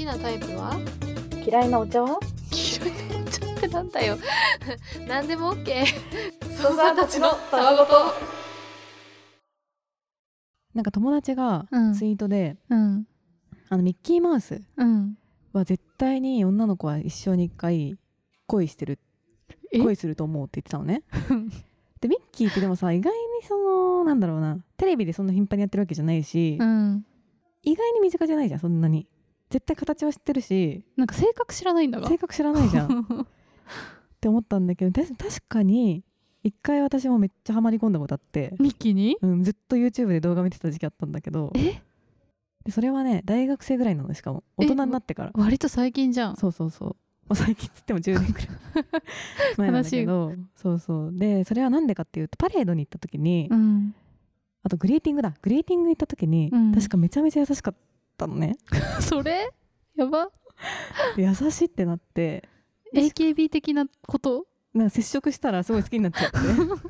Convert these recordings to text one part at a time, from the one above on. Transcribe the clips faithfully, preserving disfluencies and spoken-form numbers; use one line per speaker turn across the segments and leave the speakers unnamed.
きなタイプは？
嫌いなお茶は？
嫌いなお茶ってなんだよ何でも OK
ソさんたちのたわごと。
なんか友達がツイートで、
うん、
あのミッキーマウス
うん
は絶対に女の子は一生に一回恋してる恋すると思うって言ってたのねでミッキーってでもさ、意外にそのなんだろうな、テレビでそんな頻繁にやってるわけじゃないし、
うん、
意外に身近じゃないじゃん。そんなに絶対形は知ってるし、
なんか性格知らないんだが
性格知らないじゃんって思ったんだけど、確かに一回私もめっちゃハマり込んだことあって、
ミッキーに、
うん、ずっと YouTube で動画見てた時期あったんだけど、
え
でそれはね大学生ぐらいなの。しかも大人になってから。
割と最近じゃん。
そうそうそう、まあ、最近っつってもじゅうねんくらい前なんだけどそうそうで、それはなんでかっていうと、パレードに行った時に、
うん、あ
とグリーティングだグリーティング行った時に、うん、確かめちゃめちゃ優しかったのね
それやば
で優しいってなって
エーケービー 的なこと、
なんか接触したらすごい好きになっちゃって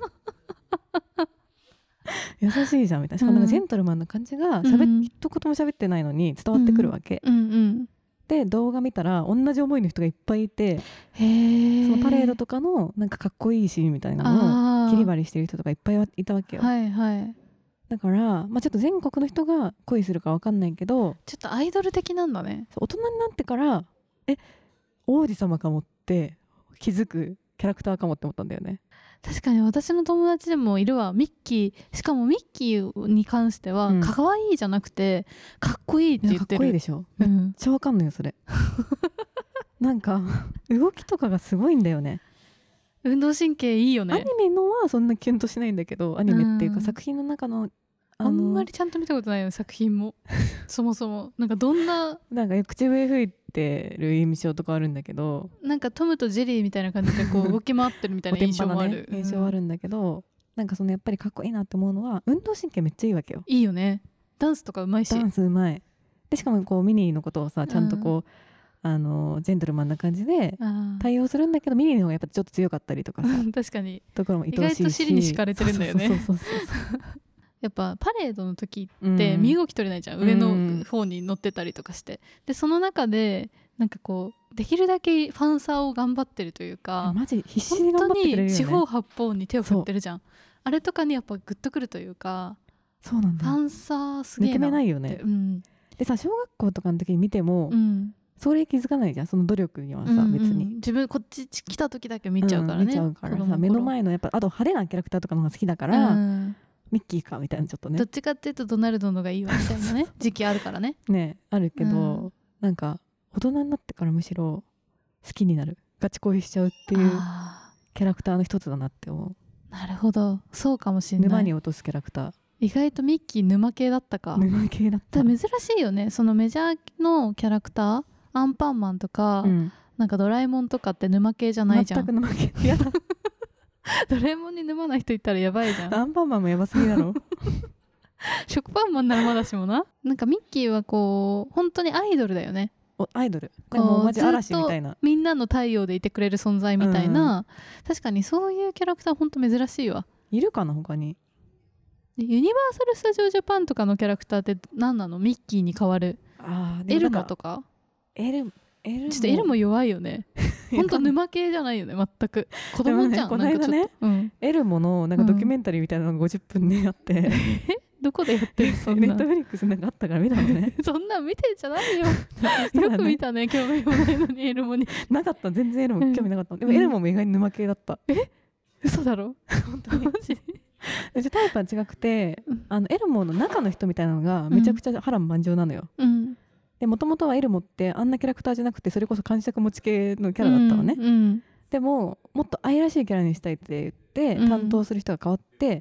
優しいじゃんみたいな。しかもなんかジェントルマンな感じがしゃべ、うん、一言も喋ってないのに伝わってくるわけ、
うんうんうん、で
動画見たら同じ思いの人がいっぱいいて、
へー、
そのパレードとかのなんかかっこいいシーンみたいなのを切り張りしてる人とかいっぱいいたわけよ、
はいはい、
だから、まあ、ちょっと全国の人が恋するか分かんないけど、
ちょっとアイドル的なんだね。
大人になってからえ王子様かもって気づくキャラクターかもって思ったんだよね。
確かに私の友達でもいるわ。ミッキー、しかもミッキーに関しては、うん、かわいいじゃなくてかっこいいって言ってる。
かっこいいでしょ、めっちゃわかんないよそれなんか動きとかがすごいんだよね。
運動神経いいよね。
アニメのはそんなキュンとしないんだけど、アニメっていうか作品の中の
あんまりちゃんと見たことないよね、作品もそもそもなんかどんな
なんか口笛吹いてる印象とかあるんだけど、
なんかトムとジェリーみたいな感じでこう動き回ってるみたいな印象もある、
ね、印象あるんだけど、うん、なんかそのやっぱりかっこいいなって思うのは運動神経めっちゃいいわけよ。
いいよね。ダンスとかうまいし。
ダンスうまいで、しかもこうミニーのことをさちゃんとこう、うん、あのジェントルマンな感じで対応するんだけど、ミニーの方がやっぱちょっと強かったりとかさ
確かに
ところも愛おしいし、
意外と尻に敷かれてるんだよね。
そうそうそうそう
やっぱパレードの時って身動き取れないじゃん、うん、上の方に乗ってたりとかして、でその中でなんかこうできるだけファンサーを頑張ってるというか、
マジ必死に頑張ってくれるよね。
本当に四方八方に手を振ってるじゃん。あれとかにやっぱグッとくるというか、
そうなんだよ、
ファンサーすげえなって。
抜け目ないよね、うん、でさ小学校とかの時に見ても、うん、それ気づかないじゃん、その努力にはさ、うんうん、別に
自分こっち来た時だけ見ちゃうからね、
うん、見ちゃうからさ、目の前のやっぱあと派手なキャラクターとかの方が好きだから、うん、ミッキーかみたいな、ちょっとね
どっちかっていうとドナルドのがいいわみたいなね時期あるからね
ねあるけど、うん、なんか大人になってからむしろ好きになる、ガチ恋しちゃうっていうキャラクターの一つだなって思う。
なるほど、そうかもしれない。
沼に落とすキャラクター、
意外とミッキー沼系だったか。
沼系だった。
珍しいよね、そのメジャーのキャラクター、アンパンマンとか、うん、なんかドラえもんとかって沼系じゃないじゃん。
全く沼系やだ
ドラえもんに沼ない人いたらやばいじゃん。
アンパンマンもやばすぎだろ
食パンマンならまだしもな。なんかミッキーはこう本当にアイドルだよね。
アイドルでもマジ嵐みたいな、
みんなの太陽でいてくれる存在みたいな、うん、確かにそういうキャラクター本当珍しいわ。
いるかな他に。
ユニバーサル・スタジオ・ジャパンとかのキャラクターって何なの？ミッキーに代わる
あ
エルモとか。
エルエルモ
ちょっとエルモ弱いよね本当沼系じゃないよね全く。子供じゃん、ね、
この間ね、うん、エルモのなんかドキュメンタリーみたいなのがごじゅっぷんであって、うん、
どこでやってる？そんな
ネットフリックスなんかあったから見たのね
そんなん見てんじゃないよよく見たね、興味もないのにエルモに
なかった、全然エルモ興味なかった、うん、でもエルモも意外に沼系だった。
え嘘だろ本当にマジ
タイプは違くて、うん、あのエルモの中の人みたいなのがめちゃくちゃ波乱万丈なのよ、うん、でもともとはエルモってあんなキャラクターじゃなくてそれこそ感触持ち系のキャラだったのね、うんうん、でももっと愛らしいキャラにしたいって言って、うん、担当する人が変わって、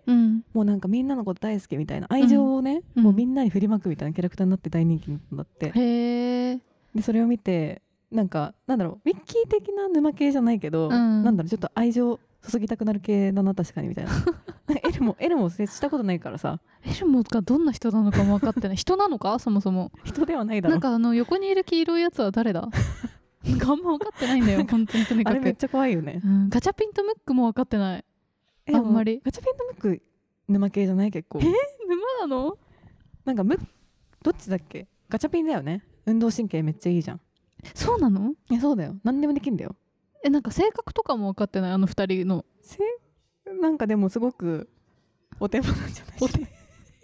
うん、もうなんかみんなのこと大好きみたいな愛情をね、うん、もうみんなに振りまくみたいなキャラクターになって大人気になったんだって、
へー。で
それを見てなんかなんだろうミッキー的な沼系じゃないけど、うん、なんだろうちょっと愛情注ぎたくなる系だな確かにみたいなエルモエルモ接したことないからさ、
エルモがどんな人なのかも分かってない人なのかそもそも。
人ではないだろ。
なんかあの横にいる黄色いやつは誰だあんま分かってないんだよ本当に。とにかく
あれめっちゃ怖いよね、
うん、ガチャピンとムックも分かってない。あんまり
ガチャピンとムック沼系じゃない結構。
えー、沼なの？
なんかムどっちだっけ？ガチャピンだよね。 運動神経めっちゃいいじゃん。
そうなの？
いやそうだよ、何でもできるんだよ。
えなんか性格とかも分かってないあの二人の。
せなんかでもすごくお手間なんじゃない？
お手適当じゃ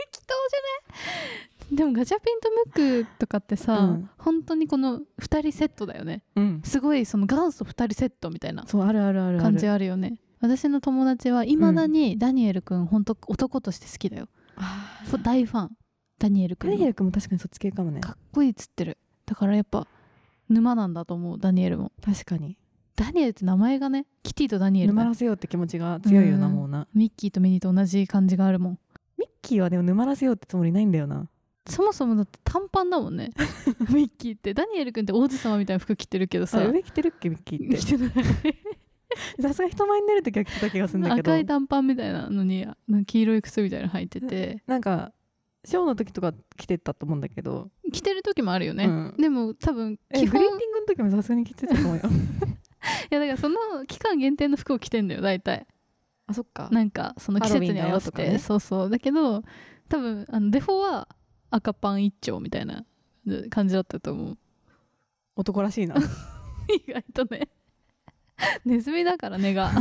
ない？でもガチャピンとムックとかってさ、うん、本当にこのふたりセットだよね、うん、すごいその元祖ふたりセットみたいな
そうあるあるある
感じあるよね。私の友達はいまだにダニエルくん本当男として好きだよ、うん、大ファンダニエルくん。
ダニエルくんも確かにそっち系かもね。
かっこいいっつってる。だからやっぱ沼なんだと思うダニエルも。
確かに
ダニエルって名前がね、キティとダニエル
沼らせようって気持ちが強いよな、うん、もうな。
ミッキーとミニーと同じ感じがあるもん。
ミッキーはでも沼らせようってつもりないんだよな。
そもそもだって短パンだもんねミッキーって。ダニエル君って王子様みたいな服着てるけどさ。
上着てるっけミッキーって。着てないさすが人前に出るときは着てた気がするんだけど、
赤い短パンみたいなのに黄色い靴みたいなの履いてて
なんかショーの時とか着てたと思うんだけど。
着てる時もあるよね、うん、でも多分
基本グリーティングの時もさすがに着てたと思うよ
いやだからその期間限定の服を着てんだよ大体。
あそっか。
なんかその季節に合わせて、ね、そうそうだけど多分あのデフォは赤パン一丁みたいな感じだったと思う。
男らしいな
意外とねネズミだからねが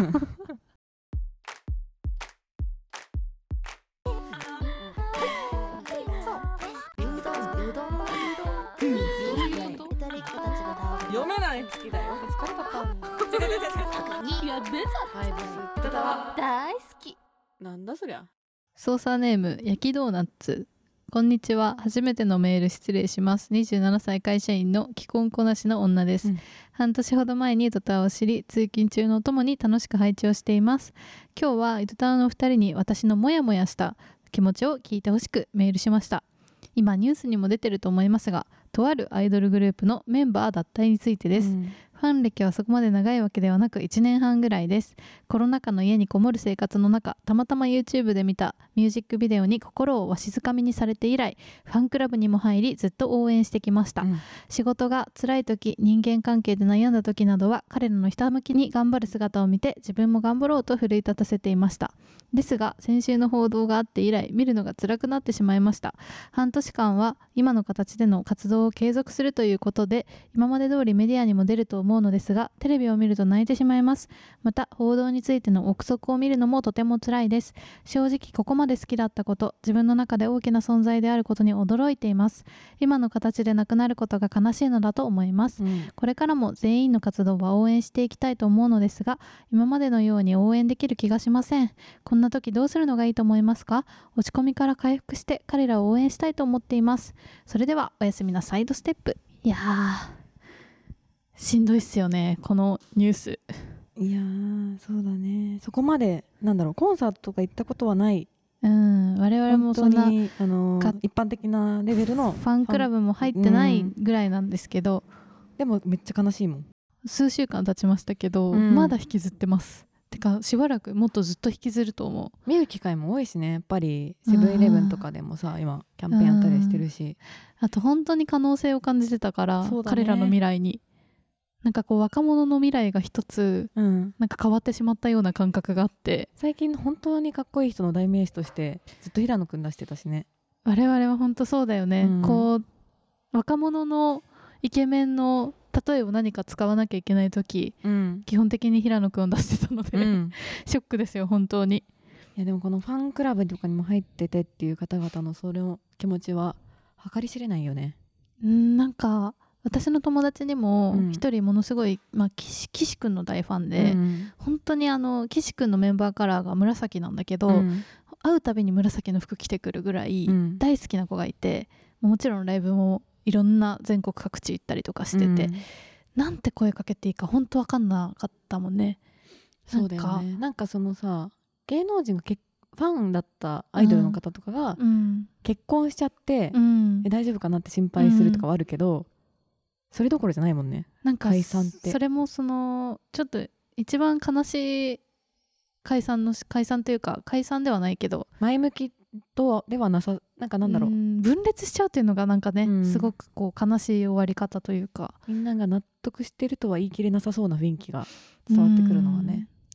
読めない好きだよ。疲れたかいや出たはいブス
大好き
なんだそりゃ。
操作ネーム焼きドーナツ。こんにちは。初めてのメール失礼します。にじゅうななさい会社員の既婚こなしの女です、うん、半年ほど前にイドタワを知り、通勤中のお供に楽しく拝聴しています。今日はイドタワのお二人に私のモヤモヤした気持ちを聞いてほしくメールしました。今ニュースにも出てると思いますが、とあるアイドルグループのメンバー脱退についてです、うん、ファン歴はそこまで長いわけではなくいちねんはんぐらいです。コロナ禍の家にこもる生活の中、たまたま YouTube で見たミュージックビデオに心をわしづかみにされて以来、ファンクラブにも入りずっと応援してきました、うん、仕事が辛い時、人間関係で悩んだ時などは彼らのひたむきに頑張る姿を見て自分も頑張ろうと奮い立たせていました。ですが先週の報道があって以来見るのが辛くなってしまいました。半年間は今の形での活動を継続するということで今まで通りメディアにも出ると思うのですが、テレビを見ると泣いてしまいます。また報道についての憶測を見るのもとても辛いです。正直ここまで好きだったこと、自分の中で大きな存在であることに驚いています。今の形でなくなることが悲しいのだと思います、うん、これからも全員の活動は応援していきたいと思うのですが、今までのように応援できる気がしません。こんな時どうするのがいいと思いますか？落ち込みから回復して彼らを応援したいと思っています。それではおやすみなサイドステップ。いやーしんどいっすよねこのニュース。
いやーそうだね。そこまでなんだろう、コンサートとか行ったことはない。
うん我々もそんな
本当に、あのー、一般的なレベルの
ファンクラブも入ってないぐらいなんですけど、
うん、でもめっちゃ悲しいもん。
数週間経ちましたけど、うん、まだ引きずってます。てかしばらくもっとずっと引きずると思う。
見る機会も多いしね、やっぱりセブンイレブンとかでもさ今キャンペーンやったりしてるし、
あと本当に可能性を感じてたから、ね、彼らの未来になんかこう若者の未来が一つ、うん、なんか変わってしまったような感覚があって、
最近本当にかっこいい人の代名詞としてずっと平野くん出してたしね。
我々は本当そうだよね、うん、こう若者のイケメンの例えを何か使わなきゃいけない時、うん、基本的に平野くんを出してたので、うん、ショックですよ本当に。
いやでもこのファンクラブとかにも入っててっていう方々のそれの気持ちは計り知れないよね。
うんなんか私の友達にも一人ものすごい、まあ、岸, 岸くんの大ファンで、うん、本当にあの岸くんのメンバーカラーが紫なんだけど、うん、会うたびに紫の服着てくるぐらい大好きな子がいて、うん、もちろんライブもいろんな全国各地行ったりとかしてて、うん、なんて声かけていいか本当分かんなかったもんね。
そうだよね。なんかそのさ芸能人がファンだったアイドルの方とかが結婚しちゃって、うん、え大丈夫かなって心配するとかはあるけど、うん、それどころじゃないもんね。
なんか
解散って
それもそのちょっと一番悲しい解散の解散というか解散ではないけど
前向きとではなさなんかなんだろう、
うん分裂しちゃうっていうのがなんかね、うん、すごくこう悲しい終わり方というか、
みんなが納得してるとは言い切れなさそうな雰囲気が伝わってくるのはね、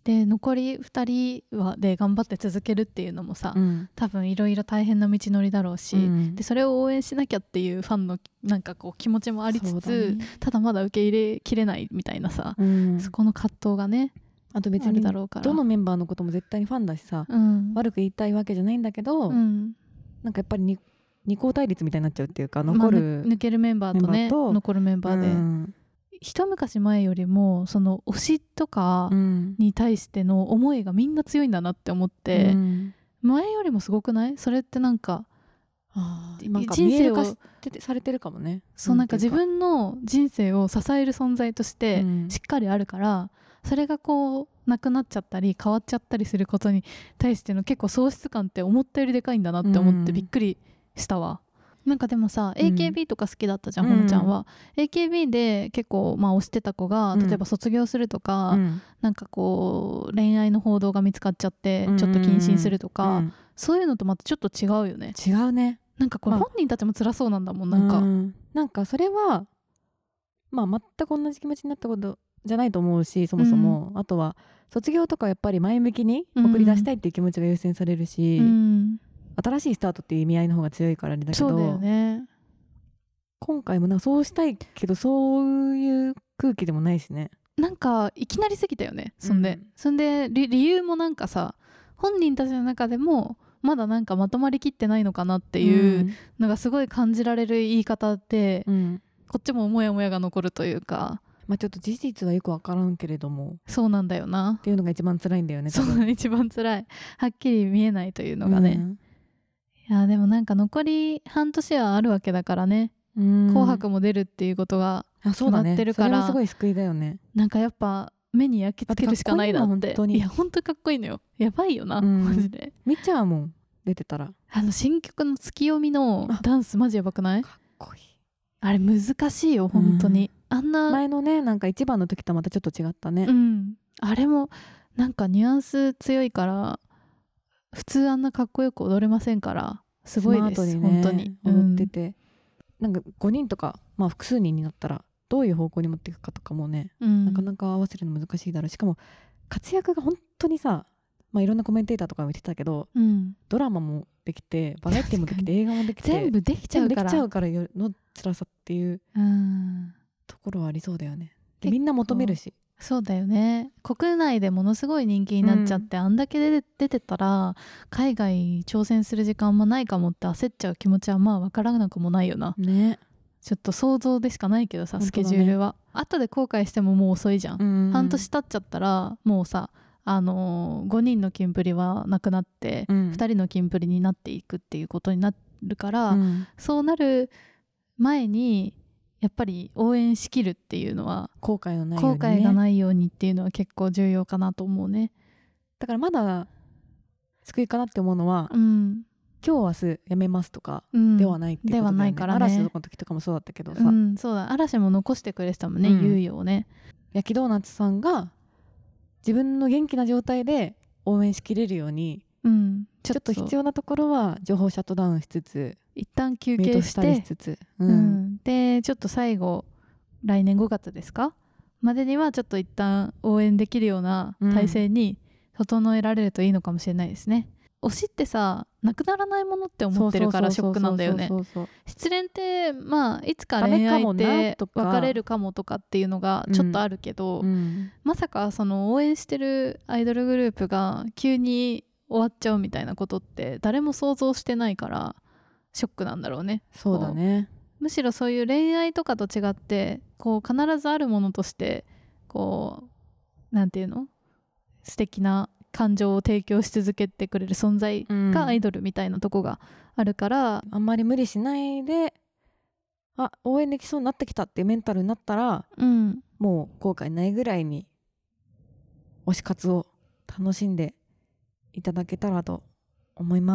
で残りふたりはで頑張って続けるっていうのもさ、
うん、
多分いろいろ大変な道のりだろうし、うん、でそれを応援しなきゃっていうファンのなんかこう気持ちもありつつ、ね、ただまだ受け入れきれないみたいなさ、うん、そこの葛藤がね
あと別にどのメンバーのことも絶対にファンだしさ、うん、悪く言いたいわけじゃないんだけど、うん、なんかやっぱりに二項対立みたいになっちゃうっていうか、残る、
まあ、抜けるメンバーとね残るメンバーで、うん、一昔前よりもその推しとかに対しての思いがみんな強いんだなって思って、うん、前よりもすごくない？それってなんか、
あなんか人生をされてるかもね。
そうなんか自分の人生を支える存在としてしっかりあるから、うん、それがこうなくなっちゃったり変わっちゃったりすることに対しての結構喪失感って思ったよりでかいんだなって思ってびっくりしたわ。なんかでもさ、うん、エーケービー とか好きだったじゃん、ほのちゃんは。 エーケービー で結構まあ推してた子が例えば卒業するとか、うん、なんかこう恋愛の報道が見つかっちゃってちょっと謹慎するとか、うん、そういうのとまたちょっと違うよね。
違うね。
なんかこれ本人たちも辛そうなんだもん、なんか、
うん、なんかそれはまあ全く同じ気持ちになったことじゃないと思うし、そもそも、うん、あとは卒業とかやっぱり前向きに送り出したいっていう気持ちが優先されるし、うん、新しいスタートっていう意味合いの方が強いからあれだけど、
そうだよね。
今回もなんかそうしたいけどそういう空気でもないしね。
なんかいきなりすぎたよね。そんで、うん、そんで 理, 理由もなんかさ、本人たちの中でもまだなんかまとまりきってないのかなっていうのがすごい感じられる言い方で、うん、こっちもモヤモヤが残るというか、
まあ、ちょっと事実はよく分からんけれども、
そうなんだよな
っていうのが一番辛いんだよね。
そう、一番辛い。はっきり見えないというのがね、うん、いやでもなんか残り半年はあるわけだからね、うん、紅白も出るっていうことが決まってるから、
あ、そうだね、それはすごい救いだよね。
なんかやっぱ目に焼き付けるしかないなって。本当にいや本当かっこいいのよ。やばいよな、うん、マジで
見ちゃうもん、出てたら。
あの新曲の月読みのダンスマジやばくない？
かっこいい。あ
れ難しいよ本当に、うん、あんな
前のねなんか一番の時とまたちょっと違ったね、
うん、あれもなんかニュアンス強いから普通あんなかっこよく踊れませんから、すごいです、ね、本当に
踊ってて、うん、なんかごにんとか、まあ、複数人になったらどういう方向に持っていくかとかもね、うん、なかなか合わせるの難しいだろうし、しかも活躍が本当にさ、まあ、いろんなコメンテーターとかも言ってたけど、うん、ドラマもできてバラエティもできて映画もできて
全部できちゃうから
全部できちゃうからの辛さっていうところはありそうだよね。でみんな求めるし。
そうだよね。国内でものすごい人気になっちゃって、うん、あんだけで出てたら海外挑戦する時間もないかもって焦っちゃう気持ちはまあ分からなくもないよな、
ね、
ちょっと想像でしかないけどさ、スケジュールは、ね、後で後悔してももう遅いじゃん、うん、半年経っちゃったらもうさ、あのー、ごにんのキンプリはなくなって、うん、ふたりのキンプリになっていくっていうことになるから、うん、そうなる前にやっぱり応援しきるっていうのは
後悔のないように、ね、
後悔がないようにっていうのは結構重要かなと思うね。
だからまだ救いかなって思うのは、うん、今日明日やめますとかではないっていうことだよね、うん、ではないからね。嵐の時とかもそうだったけどさ、
うん、そうだ、嵐も残してくれてたもんね、うん、猶予をね。
焼きドーナツさんが自分の元気な状態で応援しきれるように、うん、ちょっと必要なところは情報シャットダウンしつつ
一旦休憩して、
しつつ、
うんうん、でちょっと最後来年ごがつですかまでにはちょっと一旦応援できるような体制に整えられるといいのかもしれないですね、うん、推しってさなくならないものって思ってるからショックなんだよね。失恋ってまあいつか恋愛って別れるかもとかっていうのがちょっとあるけど、うんうん、まさかその応援してるアイドルグループが急に終わっちゃうみたいなことって誰も想像してないからショックなんだろうね。
そうだね。
むしろそういう恋愛とかと違ってこう必ずあるものとしてこうなんていうの素敵な感情を提供し続けてくれる存在がアイドルみたいなとこがあるから、
うん、あんまり無理しないであ応援できそうになってきたっていうメンタルになったら、うん、もう後悔ないぐらいに推し活を楽しんでいただけたらと思います。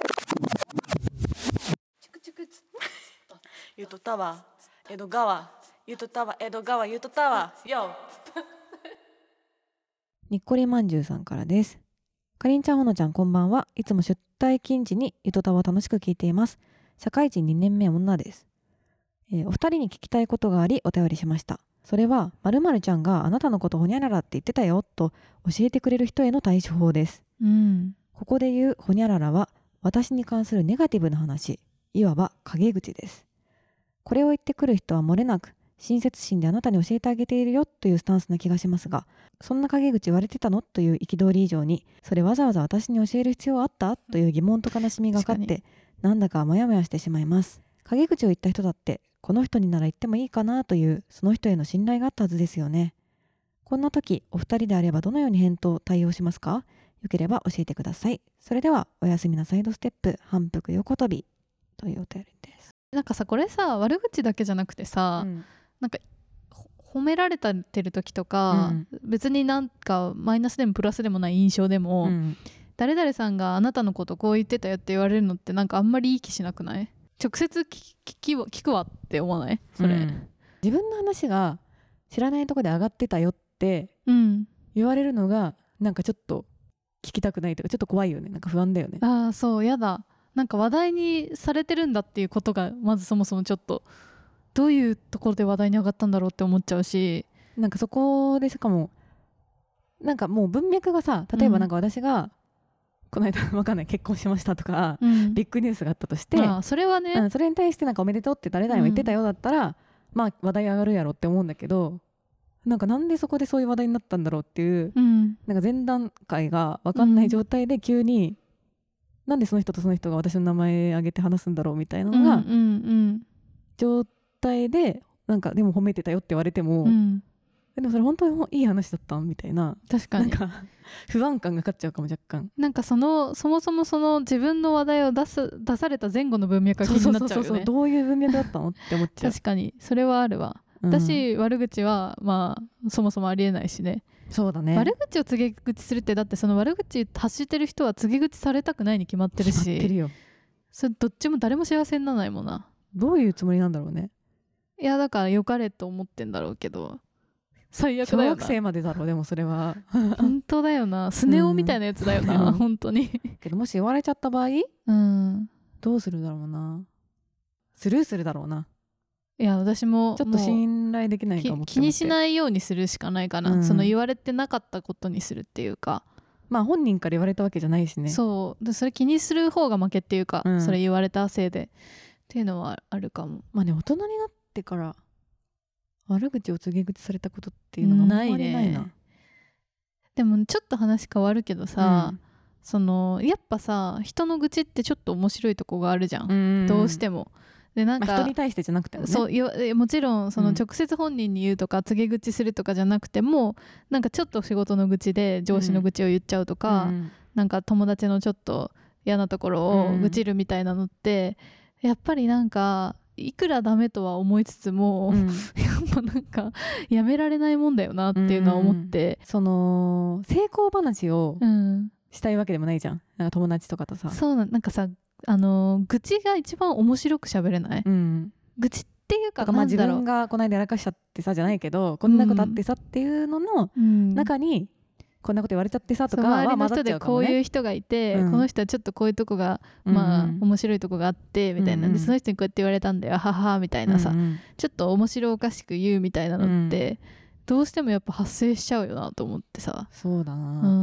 ゆとたわ江戸川ゆとたわ江戸川ゆとたわよ
にっこりまんじゅうさんからです。かりんちゃんほのちゃんこんばんは。いつも出退勤時にゆとたわ楽しく聞いています。社会人にねんめ女です、えー、お二人に聞きたいことがありお便りしました。 それは〇〇ちゃんがあなたのことホニャララって言ってたよと教えてくれる人への対処法です、
うん、
ここで言うホニャララは私に関するネガティブな話、いわば陰口です。これを言ってくる人は漏れなく親切心であなたに教えてあげているよというスタンスな気がしますが、そんな陰口言われてたのという憤り以上に、それわざわざ私に教える必要あったという疑問と悲しみがかかってなんだかモヤモヤしてしまいます。陰口を言った人だってこの人になら言ってもいいかなというその人への信頼があったはずですよね。こんな時お二人であればどのように返答対応しますか？よければ教えてください。それではおやすみなサイドステップ反復横跳びというお便りです。
なんかさこれさ悪口だけじゃなくてさ、うん、なんか褒められてる時とか、うん、別になんかマイナスでもプラスでもない印象でも、うん、誰々さんがあなたのことこう言ってたよって言われるのってなんかあんまりいい気しなくない？直接聞き聞くわって思わない？それ、うん、
自分の話が知らないとこで上がってたよって言われるのがなんかちょっと聞きたくないとかちょっと怖いよね。なんか不安だよね。
ああそうやだ。なんか話題にされてるんだっていうことがまずそもそもちょっとどういうところで話題に上がったんだろうって思っちゃうし、
なんかそこでしかもなんかもう文脈がさ、例えばなんか私が、うん、この間わかんない結婚しましたとか、うん、ビッグニュースがあったとして、
ああそれはね、
うん、それに対してなんかおめでとうって誰々も言ってたよだったら、うん、まあ話題上がるやろって思うんだけど、なんかなんでそこでそういう話題になったんだろうっていう、うん、なんか前段階が分かんない状態で急に、うん、なんでその人とその人が私の名前挙げて話すんだろうみたいなのが、うんうんうん、状態でなんかでも褒めてたよって言われても、うん、でもそれ本当にいい話だったみたいな、
確かに
なんか不安感が勝っちゃうかも若干。
なんかそのそもそもその自分の話題を出す出された前後の文脈が気になっちゃうよね。そうそうそうそう、
どういう文脈だったのって思っちゃう。
確かにそれはあるわ。私、うん、悪口はまあそもそもありえないしね。
そうだね。
悪口を告げ口するってだってその悪口発してる人は告げ口されたくないに決まってるし、
決まってるよ。
それどっちも誰も幸せにならないもんな。
どういうつもりなんだろうね。
いやだから良かれと思ってんだろうけど最悪だよな。
小学生までだろう。でもそれは
本当だよな。スネ夫みたいなやつだよな、うん、本当に
けどもし言われちゃった場合、うん、どうするだろうな。スルーするだろうな。
いや私も
ちょっと信頼できないかもって思って
気にしないようにするしかないかな、うん、その言われてなかったことにするっていうか、
まあ本人から言われたわけじゃないしね。
そうでそれ気にする方が負けっていうか、うん、それ言われたせいでっていうのはあるかも。
まあね、大人になってから悪口を告げ口されたことっていうのがあんまりないな。ないね。
でもちょっと話変わるけどさ、うん、そのやっぱさ人の愚痴ってちょっと面白いとこがあるじゃん、うん、どうしても。でなんか、
まあ、人に対してじゃなくてもね。
そうよもちろんその直接本人に言うとか、うん、告げ口するとかじゃなくてもなんかちょっと仕事の愚痴で上司の愚痴を言っちゃうとか、うん、なんか友達のちょっと嫌なところを愚痴るみたいなのって、うん、やっぱりなんかいくらダメとは思いつつも、うん、やっぱなんかやめられないもんだよなっていうのは思って、
うん、その成功話をしたいわけでもないじゃん。なんか友達とかとさ。
そうな、なんかさあの愚痴が一番面白く喋れない、うん、愚痴っていうか、
まあ自分がこの間やらかしちゃってさじゃないけど、こんなことあってさっていうのの中にこんなこと言われちゃってさとかは混ざっちゃうかもね。
こういう人がいて、うん、この人はちょっとこういうとこがまあ、うん、面白いとこがあってみたいな、うん、でその人にこうやって言われたんだよははみたいなさ、うん、ちょっと面白おかしく言うみたいなのって、うんどうしてもやっぱ発生しちゃうよなと思ってさ。
そうだな、
うん、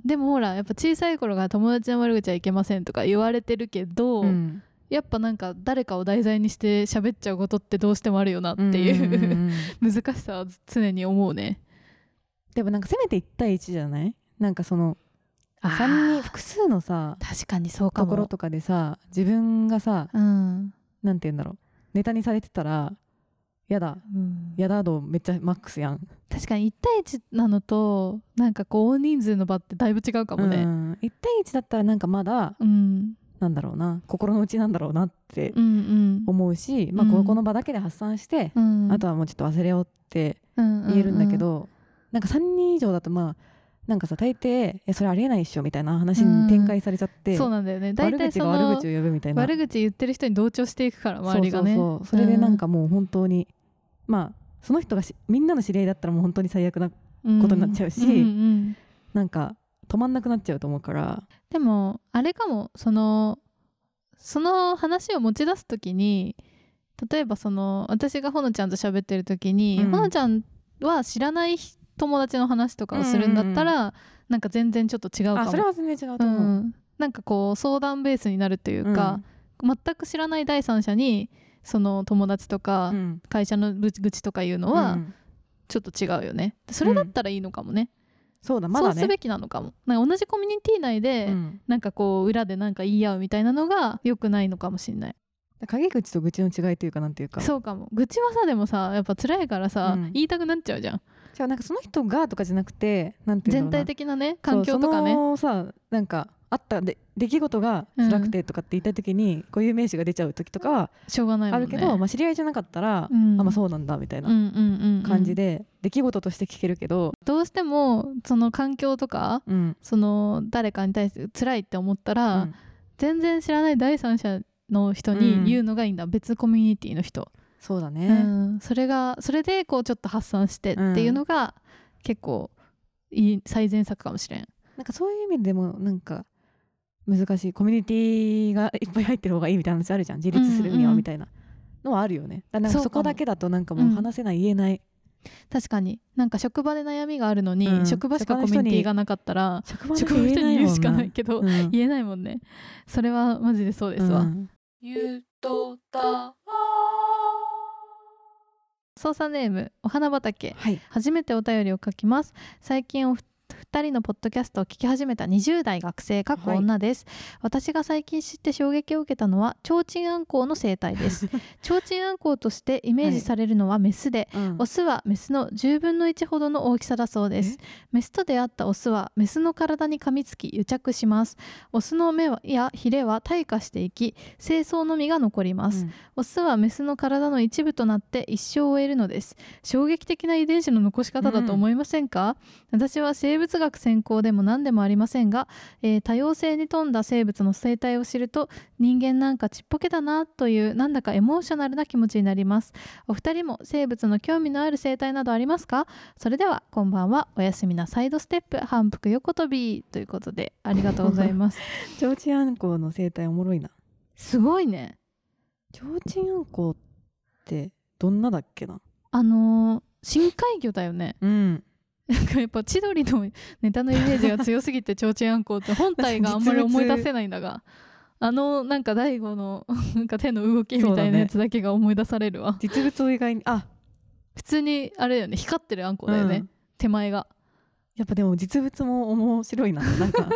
でもほらやっぱ小さい頃から友達の悪口はいけませんとか言われてるけど、うん、やっぱなんか誰かを題材にして喋っちゃうことってどうしてもあるよなっていう、うんうんうん、難しさは常に思うね。
でもなんかせめていち対いちじゃない？なんかそのさんにん複数のさ
確かにそうかも
ところとかでさ自分がさ、うん、なんて言うんだろうネタにされてたらやだ、うん、やだ度めっちゃマックスやん。
確かにいち対いちなのとなんかこう大人数の場ってだいぶ違うかもね、うん、
いち対いちだったらなんかまだ、うん、なんだろうな心の内なんだろうなって思うし、うんうん、まあここの場だけで発散して、うん、あとはもうちょっと忘れようって言えるんだけど、うんうんうん、なんかさんにん以上だとまあなんかさ大抵えそれありえないっしょみたいな話に展開されちゃって、うん、
そうなんだよね。大体その
悪口が悪口を呼ぶみたいな
悪口言ってる人に同調していくから周りがね。
そうそうそう、それでなんかもう本当に、うん、まあその人がしみんなの知り合いだったらもう本当に最悪なことになっちゃうし、うんうんうん、なんか止まんなくなっちゃうと思うから。
でもあれかもそのその話を持ち出すときに例えばその私がほのちゃんと喋ってるときに、うん、ほのちゃんは知らない友達の話とかをするんだったら、うんうんうん、なんか全然ちょっと違うかも。
あそれは全然違うと思う、うん、
なんかこう相談ベースになるというか、うん、全く知らない第三者にその友達とか会社の愚痴とかいうのはちょっと違うよね。それだったらいいのかもね、うん、
そうだまだね、
そうすべきなのかも。なんか同じコミュニティ内で、うん、なんかこう裏でなんか言い合うみたいなのが良くないのかもしれない。
陰口と愚痴の違いというかなんていうか、
そうかも。愚痴はさでもさやっぱ辛いからさ、うん、言いたくなっちゃうじゃん。
じゃあなんかその人がとかじゃなくてなんていうの
全体的なね環境とかね、
そのさなんかあったで出来事が辛くてとかって言った時に、うん、こういう名詞が出ちゃう時とかは
しょうがないもんね。
あるけど、まあ、知り合いじゃなかったら、うん、あまあそうなんだみたいな感じで、うんうんうんうん、出来事として聞けるけど、
どうしてもその環境とか、うん、その誰かに対して辛いって思ったら、うん、全然知らない第三者の人に言うのがいいんだ、うん、別コミュニティの人。
そうだね、
うん、それがそれでこうちょっと発散してっていうのが、うん、結構いい最善策かもしれん。
なんかそういう意味でもなんか難しいコミュニティがいっぱい入ってる方がいいみたいな話あるじゃん、自立するにはみたいなのはあるよね。だからなんかそこだけだとなんかもう話せない、うん、言えない。
確かになんか職場で悩みがあるのに、うん、職場しかコミュニティがなかったら
職場の人に言うしかない
けど、うん、言えないもんね。それはマジでそうですわ、うん、
ゆとた
操作ネームお花畑、
はい、
初めてお便りを書きます。最近おふたりのポッドキャストを聞き始めたにじゅう代学生かっこ女です、はい、私が最近知って衝撃を受けたのは提灯あんこうの生態です提灯あんこうとしてイメージされるのはメスで、はい、うん、オスはメスのじゅうぶんのいちほどの大きさだそうです。メスと出会ったオスはメスの体に噛みつき癒着します。オスの目やヒレは退化していき精巣のみが残ります、うん、オスはメスの体の一部となって一生を終えるのです。衝撃的な遺伝子の残し方だと思いませんか、うん、私は生物学専攻でも何でもありませんが、えー、多様性に富んだ生物の生態を知ると人間なんかちっぽけだなというなんだかエモーショナルな気持ちになります。お二人も生物の興味のある生態などありますか？それではこんばんは、おやすみなサイドステップ反復横跳びということでありがとうございます
提灯あんこうの生態おもろいな。
すごいね。
提灯あんこうってどんなだっけな。
あのー、深海魚だよね。
うん、
なんかやっぱ千鳥のネタのイメージが強すぎて提灯あんこうって本体があんまり思い出せないんだがあのなんか大悟のなんか手の動きみたいなやつだけが思い出されるわ、ね、
実物を意外にあ
普通にあれだよね、光ってるあんこだよね、うん、手前が
やっぱでも実物も面白いな。なんか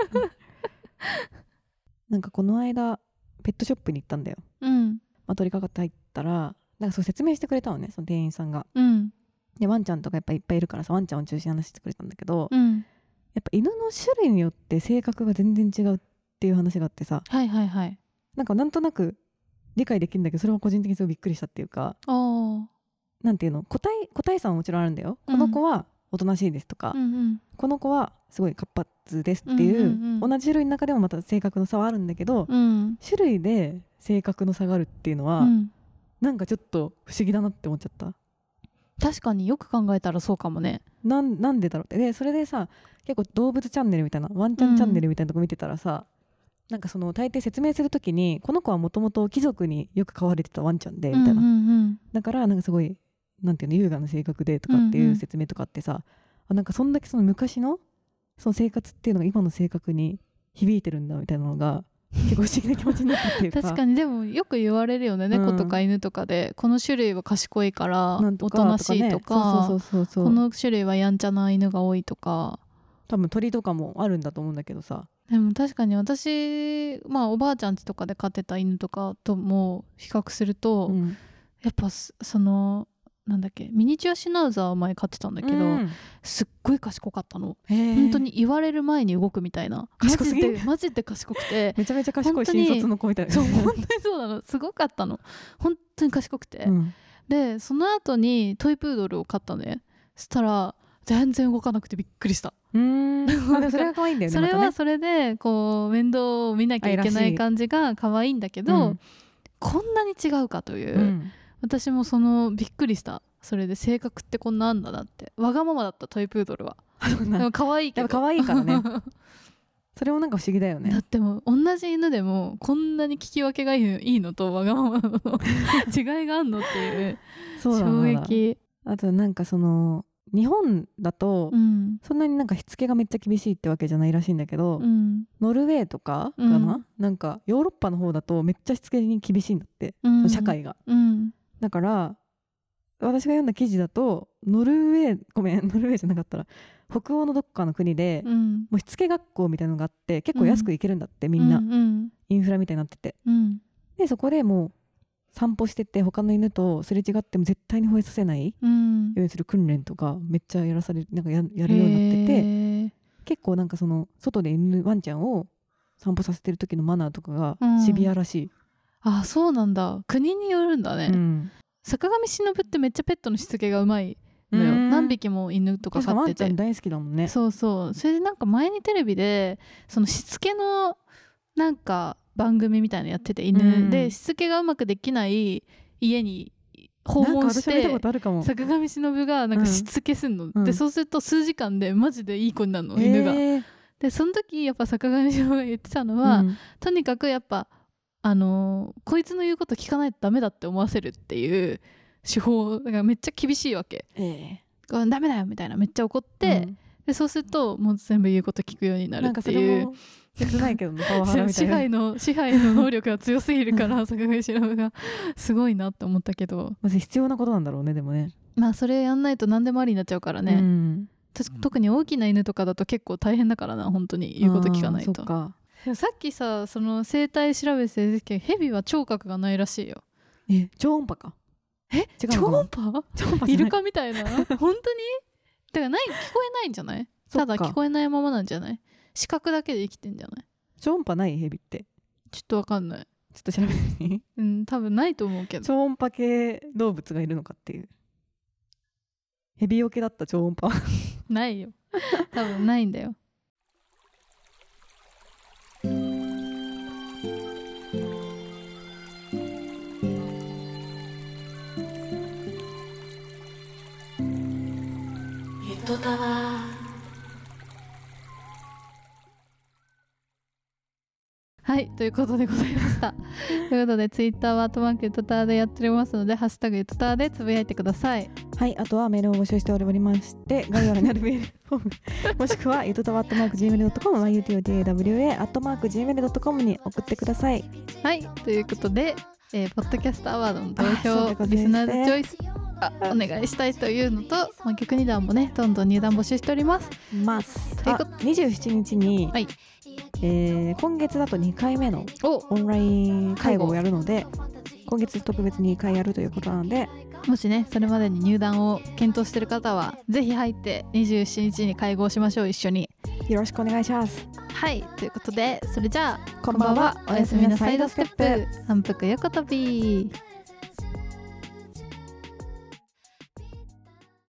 なんかこの間ペットショップに行ったんだよ、
うん
まあ、取り掛かって入ったらなんかそう説明してくれたのね、その店員さんが、
うん、
でワンちゃんとかやっぱいっぱいいるからさワンちゃんを中心に話してくれたんだけど、
うん、
やっぱ犬の種類によって性格が全然違うっていう話があってさ、
はいはいはい、
なんかなんとなく理解できるんだけどそれは個人的にすごいびっくりしたっていうか、なんていうの個体個体差はもちろんあるんだよ、うん、この子はおとなしいですとか、うんうん、この子はすごい活発ですっていう、うんうんうん、同じ種類の中でもまた性格の差はあるんだけど、うん、種類で性格の差があるっていうのは、うん、なんかちょっと不思議だなって思っちゃった。
確かによく考えたらそうかもね。
な ん, なんでだろうって。でそれでさ結構動物チャンネルみたいなワンちゃんチャンネルみたいなとこ見てたらさ、うん、なんかその大抵説明するときにこの子はもともと貴族によく飼われてたワンちゃんでみたいな、うんうんうん、だからなんかすごいなんていうの優雅な性格でとかっていう説明とかってさ、うんうん、なんかそんだけその昔のその生活っていうのが今の性格に響いてるんだみたいなのが結構不思議な気持ちになったっていうか
確かにでもよく言われるよね、猫とか犬とかで、うん、この種類は賢いからおとなしいとか、この種類はやんちゃな犬が多いとか、
多分鳥とかもあるんだと思うんだけどさ。
でも確かに私、まあ、おばあちゃん家とかで飼ってた犬とかとも比較すると、うん、やっぱそのなんだっけミニチュアシュナウザーを前飼ってたんだけど、うん、すっごい賢かったの。本当に言われる前に動くみたいな、マジでマジで賢くて
めちゃめちゃ賢い新卒の子みたいな。
そう本当にそうなの、すごかったの、本当に賢くて、うん、でその後にトイプードルを飼ったね。そしたら全然動かなくてびっくりした。
うーんそれが可愛いんだよね。
それはそれでこう面倒を見なきゃいけない感じが可愛いんだけど、うん、こんなに違うかという、うん、私もそのびっくりした。それで性格ってこんなあんだなって。わがままだったトイプードルはでも可愛いけど、
やっぱ可愛いからねそれもなんか不思議だよね。
だってもう同じ犬でもこんなに聞き分けがいいのとわがままの違いがあんのっていう衝撃。
あとなんかその日本だと、うん、そんなになんかしつけがめっちゃ厳しいってわけじゃないらしいんだけど、うん、ノルウェーとかかな、うん、なんかヨーロッパの方だとめっちゃしつけに厳しいんだって、うん、社会が、うん、だから私が読んだ記事だとノルウェーごめんノルウェーじゃなかったら北欧のどっかの国で、うん、もうしつけ学校みたいなのがあって結構安く行けるんだって、うん、みんな、うんうん、インフラみたいになってて、うん、でそこでもう散歩してて他の犬とすれ違っても絶対に吠えさせないようにする訓練とかめっちゃやらされなんか や, やるようになってて、結構なんかその外で犬ワンちゃんを散歩させてる時のマナーとかがシビアらしい、
うん、あそうなんだ、国によるんだね、うん、坂上忍ってめっちゃペットのしつけがうまいのよ。何匹も犬とか飼ってて、
ワンちゃん大好きだもんね。
そうそう、それでなんか前にテレビでそのしつけのなんか番組みたいなのやってて、犬、うん、でしつけがうまくできない家に訪問して坂上忍がなんかしつけすんの、うん、でそうすると数時間でマジでいい子になるの、犬が、えー、でその時やっぱ坂上忍が言ってたのは、うん、とにかくやっぱあのー、こいつの言うこと聞かないとダメだって思わせるっていう手法がめっちゃ厳しいわけ、えー、ダメだよみたいなめっちゃ怒って、うん、でそうするともう全部言うこと聞くようになるっていう。
切ないけどね、パワハラみたいな。
支配の支配の能力が強すぎるから坂上忍がすごいなって思ったけど、
まず必要なことなんだろうね。でもね、
まあそれやんないと何でもありになっちゃうからね、うん、特に大きな犬とかだと結構大変だからな、本当に言うこと聞かないと。そっか。さっきさその生態調べててヘビは聴覚がないらしいよ。
え超音波か。
え違う超音波イルカみたいな本当にだからない、聞こえないんじゃない、ただ聞こえないままなんじゃない、視覚だけで生きてんじゃない、
超音波ないヘビって。
ちょっとわかんない、
ちょっと調べてみて
うん多分ないと思うけど、
超音波系動物がいるのかっていう。ヘビよけだった超音波
ないよ多分ないんだよ。
ゆとたわ
はいということでございましたということでツイッターはアットマークゆとたわでやっておりますのでハッシュタグゆとたわでつぶやいてください。
はい、あとはメールを募集しておりまして概要欄にあるメールフォームもしくはゆとたわアットマーク ジーメールドットコム ワイユーティーオーティーエーダブリューエー アットマーク ジーメールドットコム に送ってください。
はいということで、えー、ポッドキャストアワードの投票リスナーズチョイスお願いしたいというのと、まあ、逆に段もねどんどん入団募集しております
ますということにじゅうしちにちに、はいえー、今月だとにかいめのオンライン会合をやるので今月特別にかいやるということなので、
もしねそれまでに入団を検討している方はぜひ入ってにじゅうしちにちに会合しましょう。一緒に
よろしくお願いします。
はいということでそれじゃあこんばんは、おやすみなサイドステップ反復横跳び。